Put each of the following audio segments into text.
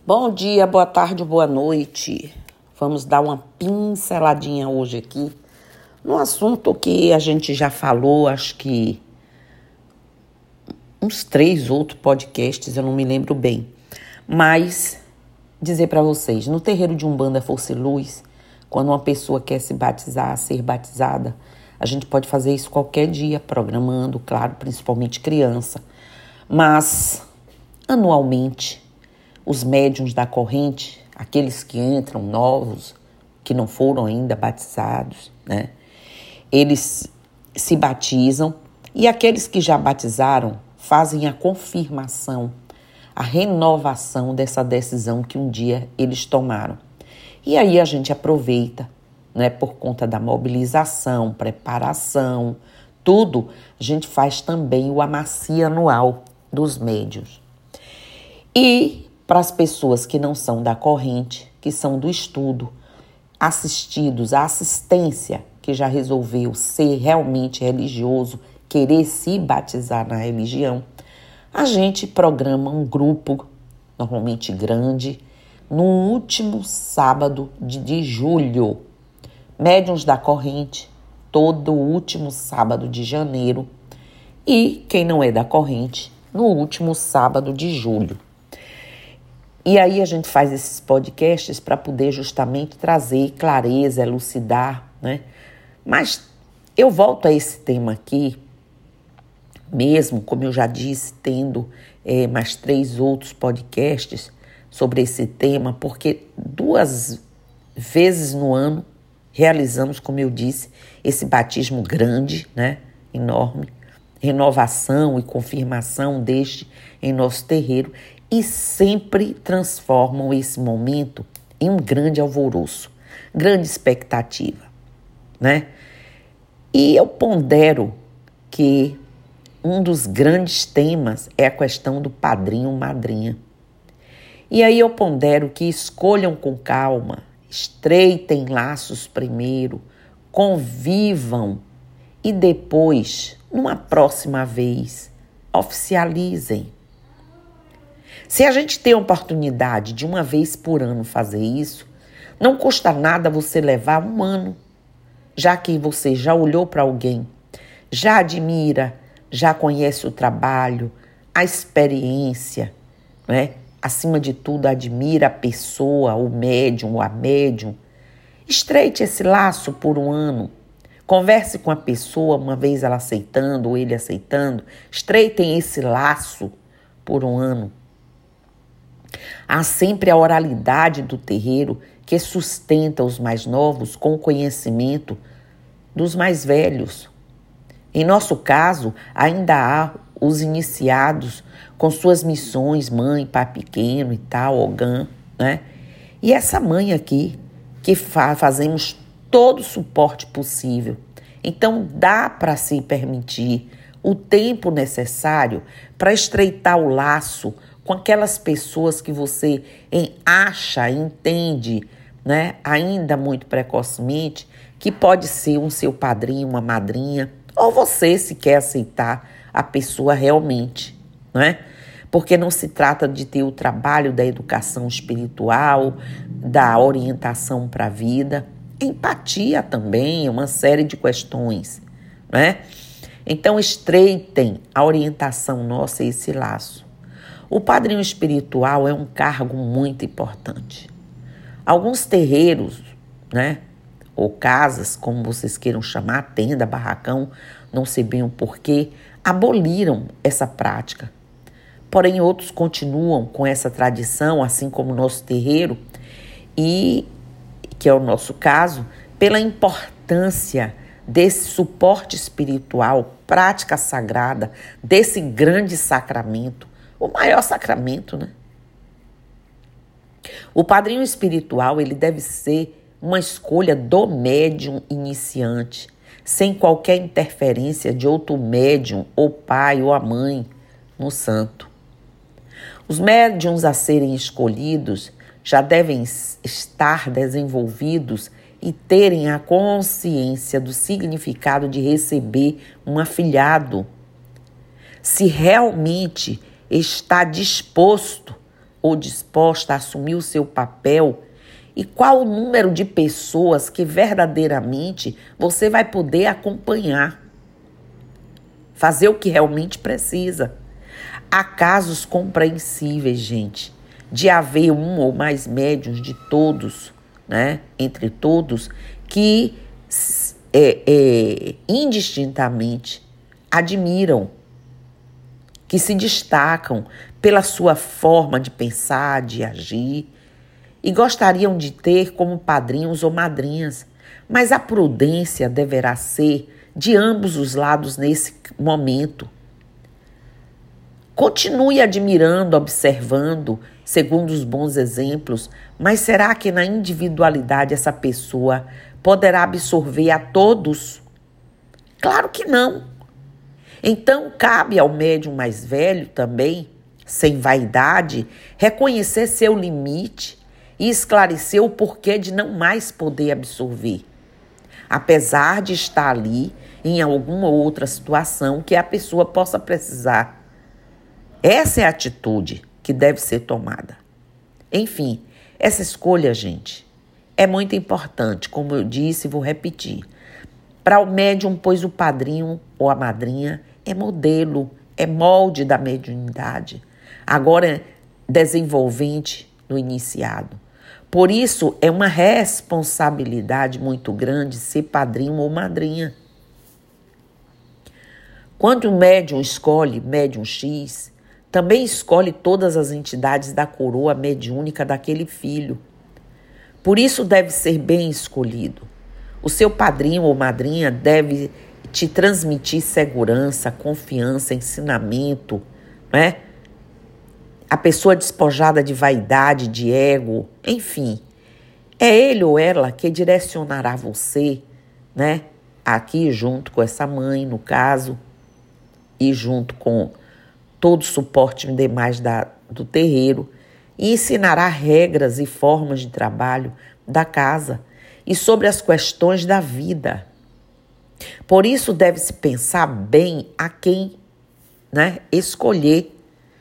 Bom dia, boa tarde, boa noite. Vamos dar uma pinceladinha hoje aqui no assunto que a gente já falou, acho que uns 3 outros podcasts, eu não me lembro bem. Mas dizer para vocês, no terreiro de Umbanda Força e Luz, quando uma pessoa quer se batizar, ser batizada, a gente pode fazer isso qualquer dia, programando, claro, principalmente criança. Mas, anualmente, os médiuns da corrente, aqueles que entram novos, que não foram ainda batizados, né? Eles se batizam e aqueles que já batizaram fazem a confirmação, a renovação dessa decisão que um dia eles tomaram. E aí a gente aproveita, né, por conta da mobilização, preparação, tudo, a gente faz também o amacia anual dos médiuns. E para as pessoas que não são da corrente, que são do estudo, assistidos à assistência, que já resolveu ser realmente religioso, querer se batizar na religião, a gente programa um grupo, normalmente grande, no último sábado de julho. Médiuns da corrente, todo último sábado de janeiro. E quem não é da corrente, no último sábado de julho. E aí a gente faz esses podcasts para poder justamente trazer clareza, elucidar, né? Mas eu volto a esse tema aqui, mesmo, como eu já disse, tendo mais 3 outros podcasts sobre esse tema, porque 2 vezes no ano realizamos, como eu disse, esse batismo grande, né? Enorme, renovação e confirmação deste em nosso terreiro, e sempre transformam esse momento em um grande alvoroço, grande expectativa, né? E eu pondero que um dos grandes temas é a questão do padrinho, madrinha. E aí eu pondero que escolham com calma, estreitem laços primeiro, convivam e depois, numa próxima vez, oficializem. Se a gente tem a oportunidade de uma vez por ano fazer isso, não custa nada você levar 1 ano, já que você já olhou para alguém, já admira, já conhece o trabalho, a experiência, né? Acima de tudo, admira a pessoa, o médium ou a médium. Estreite esse laço por 1 ano. Converse com a pessoa, uma vez ela aceitando ou ele aceitando. Estreitem esse laço por 1 ano. Há sempre a oralidade do terreiro que sustenta os mais novos com o conhecimento dos mais velhos. Em nosso caso, ainda há os iniciados com suas missões, mãe, pai pequeno e tal, Ogã, né? E essa mãe aqui, que fazemos todo o suporte possível. Então, dá para se permitir o tempo necessário para estreitar o laço com aquelas pessoas que você acha, entende, né, ainda muito precocemente, que pode ser um seu padrinho, uma madrinha, ou você se quer aceitar a pessoa realmente, né? Porque não se trata de ter o trabalho da educação espiritual, da orientação para a vida, empatia também, uma série de questões, né? Então, estreitem a orientação nossa a esse laço. O padrinho espiritual é um cargo muito importante. Alguns terreiros, né, ou casas, como vocês queiram chamar, tenda, barracão, não sei bem o porquê, aboliram essa prática. Porém, outros continuam com essa tradição, assim como o nosso terreiro, e, que é o nosso caso, pela importância desse suporte espiritual, prática sagrada, desse grande sacramento, o maior sacramento, né? O padrinho espiritual, ele deve ser uma escolha do médium iniciante, sem qualquer interferência de outro médium, ou pai, ou a mãe, no santo. Os médiuns a serem escolhidos já devem estar desenvolvidos e terem a consciência do significado de receber um afilhado. Se realmente está disposto ou disposta a assumir o seu papel e qual o número de pessoas que verdadeiramente você vai poder acompanhar, fazer o que realmente precisa. Há casos compreensíveis, gente, de haver um ou mais médiuns de todos, né, entre todos, que indistintamente admiram, que se destacam pela sua forma de pensar, de agir, e gostariam de ter como padrinhos ou madrinhas. Mas a prudência deverá ser de ambos os lados nesse momento. Continue admirando, observando, segundo os bons exemplos, mas será que na individualidade essa pessoa poderá absorver a todos? Claro que não. Então, cabe ao médium mais velho também, sem vaidade, reconhecer seu limite e esclarecer o porquê de não mais poder absorver, apesar de estar ali em alguma outra situação que a pessoa possa precisar. Essa é a atitude que deve ser tomada. Enfim, essa escolha, gente, é muito importante, como eu disse e vou repetir. Para o médium, pois o padrinho ou a madrinha é modelo, é molde da mediunidade, agora desenvolvente no iniciado. Por isso, é uma responsabilidade muito grande ser padrinho ou madrinha. Quando o médium escolhe médium X, também escolhe todas as entidades da coroa mediúnica daquele filho. Por isso deve ser bem escolhido. O seu padrinho ou madrinha deve te transmitir segurança, confiança, ensinamento, né? A pessoa despojada de vaidade, de ego, enfim. É ele ou ela que direcionará você, né? Aqui junto com essa mãe, no caso, e junto com todo o suporte demais do terreiro, e ensinará regras e formas de trabalho da casa e sobre as questões da vida. Por isso deve-se pensar bem a quem, né, escolher.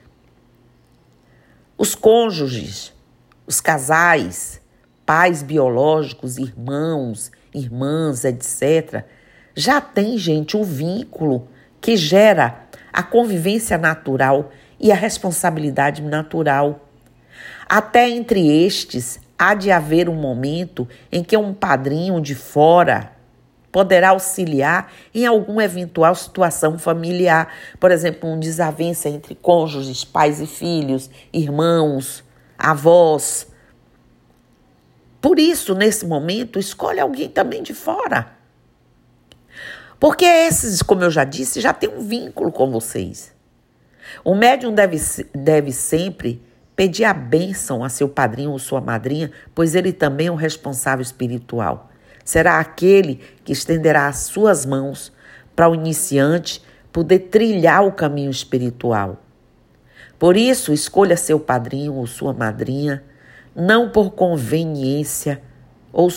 Os cônjuges, os casais, pais biológicos, irmãos, irmãs, etc., já tem, gente, um vínculo que gera a convivência natural e a responsabilidade natural. Até entre estes, há de haver um momento em que um padrinho de fora poderá auxiliar em alguma eventual situação familiar. Por exemplo, uma desavença entre cônjuges, pais e filhos, irmãos, avós. Por isso, nesse momento, escolhe alguém também de fora. Porque esses, como eu já disse, já têm um vínculo com vocês. O médium deve sempre pedir a bênção a seu padrinho ou sua madrinha, pois ele também é um responsável espiritual. Será aquele que estenderá as suas mãos para o iniciante poder trilhar o caminho espiritual. Por isso, escolha seu padrinho ou sua madrinha, não por conveniência ou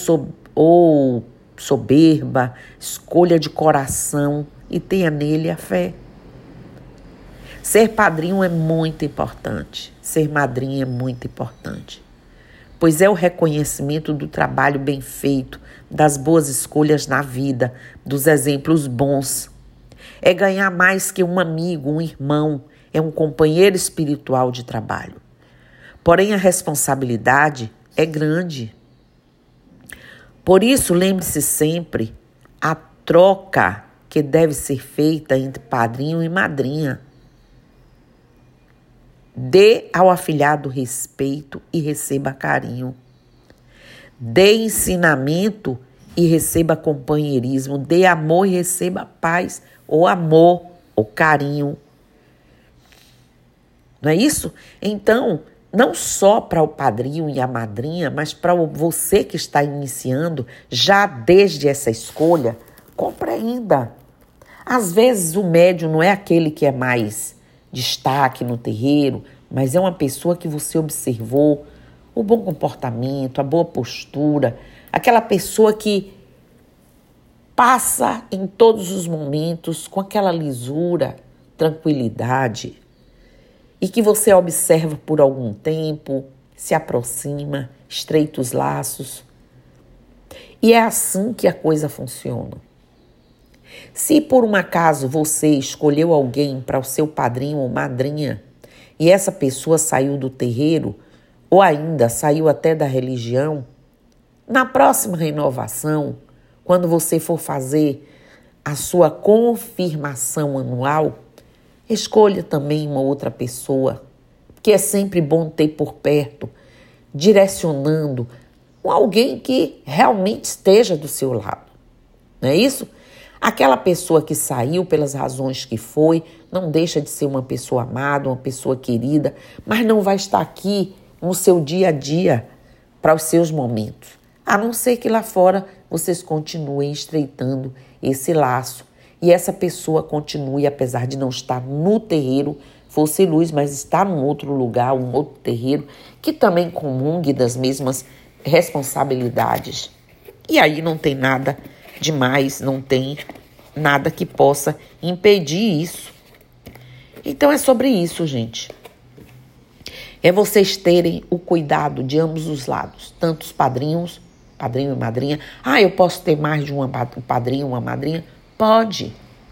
soberba, escolha de coração e tenha nele a fé. Ser padrinho é muito importante, ser madrinha é muito importante, pois é o reconhecimento do trabalho bem feito, das boas escolhas na vida, dos exemplos bons. É ganhar mais que um amigo, um irmão, é um companheiro espiritual de trabalho. Porém, a responsabilidade é grande. Por isso, lembre-se sempre a troca que deve ser feita entre padrinho e madrinha. Dê ao afilhado respeito e receba carinho. Dê ensinamento e receba companheirismo. Dê amor e receba paz, ou amor, ou carinho. Não é isso? Então, não só para o padrinho e a madrinha, mas para você que está iniciando, já desde essa escolha, compreenda. Às vezes o médium não é aquele que é mais destaque no terreiro, mas é uma pessoa que você observou o bom comportamento, a boa postura, aquela pessoa que passa em todos os momentos com aquela lisura, tranquilidade. e que você observa por algum tempo, se aproxima, estreita os laços. E é assim que a coisa funciona. Se por um acaso você escolheu alguém para o seu padrinho ou madrinha e essa pessoa saiu do terreiro ou ainda saiu até da religião, na próxima renovação, quando você for fazer a sua confirmação anual, escolha também uma outra pessoa, que é sempre bom ter por perto, direcionando alguém que realmente esteja do seu lado. Não é isso? Aquela pessoa que saiu pelas razões que foi, não deixa de ser uma pessoa amada, uma pessoa querida, mas não vai estar aqui no seu dia a dia para os seus momentos. A não ser que lá fora vocês continuem estreitando esse laço e essa pessoa continue, apesar de não estar no terreiro Força e Luz, mas está num outro lugar, um outro terreiro, que também comungue das mesmas responsabilidades. E aí não tem nada demais, não tem nada que possa impedir isso. Então é sobre isso, gente. É vocês terem o cuidado de ambos os lados, tanto os padrinhos, padrinho e madrinha. Eu posso ter mais de um padrinho, uma madrinha? Pode.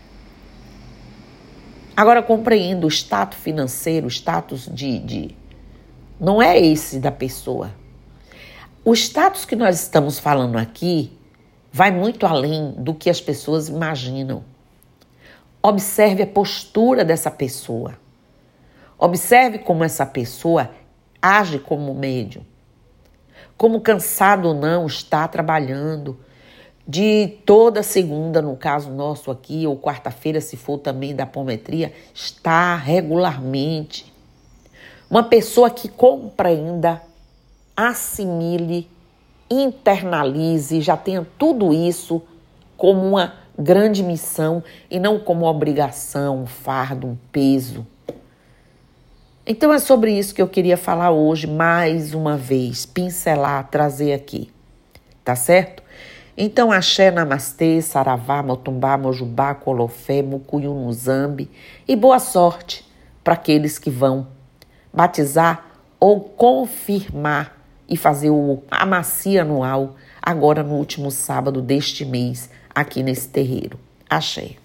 Agora compreendo o status financeiro, o status não é esse da pessoa. O status que nós estamos falando aqui vai muito além do que as pessoas imaginam. Observe a postura dessa pessoa. Observe como essa pessoa age como médium. Como cansado ou não está trabalhando. De toda segunda, no caso nosso aqui, ou quarta-feira, se for também da apometria, está regularmente. Uma pessoa que compreenda, assimile, internalize, já tenha tudo isso como uma grande missão e não como obrigação, um fardo, um peso. Então é sobre isso que eu queria falar hoje, mais uma vez, pincelar, trazer aqui, tá certo? Então, axé, namastê, saravá, motumbá, mojubá, colofé, mucuyu, nuzambi e boa sorte para aqueles que vão batizar ou confirmar e fazer a macia anual agora no último sábado deste mês aqui nesse terreiro. Axé.